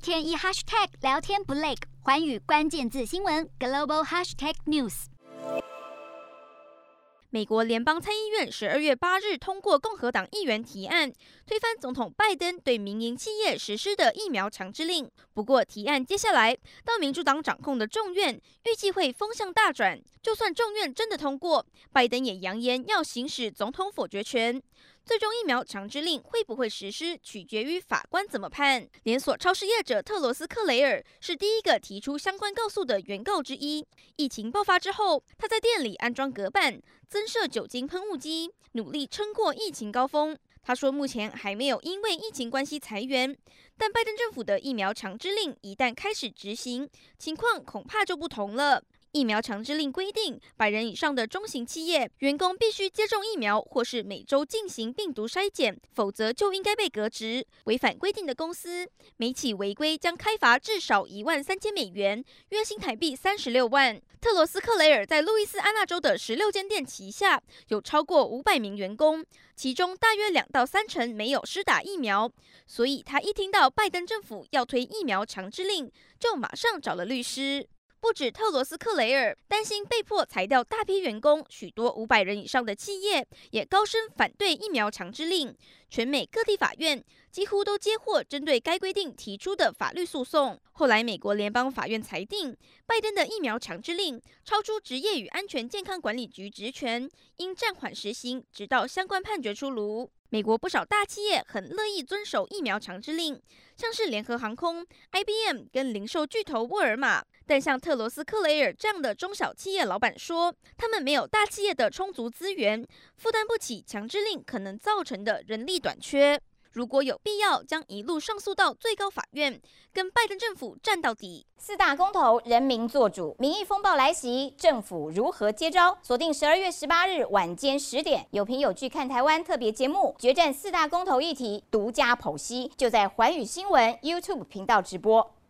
天一 hashtag 聊天不累，寰宇关键字新闻 global hashtag news。 美国联邦参议院12月8日通过共和党议员提案，推翻总统拜登对民营企业实施的疫苗强制令。不过，提案接下来到民主党掌控的众院，预计会风向大转。就算众院真的通过，拜登也扬言要行使总统否决权。最终疫苗强制令会不会实施，取决于法官怎么判。连锁超市业者特罗斯克雷尔是第一个提出相关告诉的原告之一。疫情爆发之后，他在店里安装隔板，增设酒精喷雾机，努力撑过疫情高峰。他说，目前还没有因为疫情关系裁员，但拜登政府的疫苗强制令一旦开始执行，情况恐怕就不同了。疫苗强制令规定，100人以上的中型企业员工必须接种疫苗，或是每周进行病毒筛检，否则就应该被革职。违反规定的公司，每起违规将开罚至少$13,000，约新台币36万。特罗斯克雷尔在路易斯安那州的16间店旗下，有超过500名员工，其中大约2到3成没有施打疫苗，所以他一听到拜登政府要推疫苗强制令，就马上找了律师。不止特罗斯克雷尔担心被迫裁掉大批员工，许多500人以上的企业也高声反对疫苗强制令。全美各地法院几乎都接获针对该规定提出的法律诉讼。后来，美国联邦法院裁定，拜登的疫苗强制令超出职业与安全健康管理局职权，应暂缓实行，直到相关判决出炉。美国不少大企业很乐意遵守疫苗强制令，像是联合航空、IBM 跟零售巨头沃尔玛。但像特罗斯克雷尔这样的中小企业老板说，他们没有大企业的充足资源，负担不起强制令可能造成的人力短缺。如果有必要，将一路上诉到最高法院，跟拜登政府战到底。 4大公投，人民做主，民意风暴来袭，政府如何接招？锁定12月18日晚间10点，有凭有据看台湾特别节目，决战4大公投议题，独家剖析，就在寰宇新闻 YouTube 频道直播。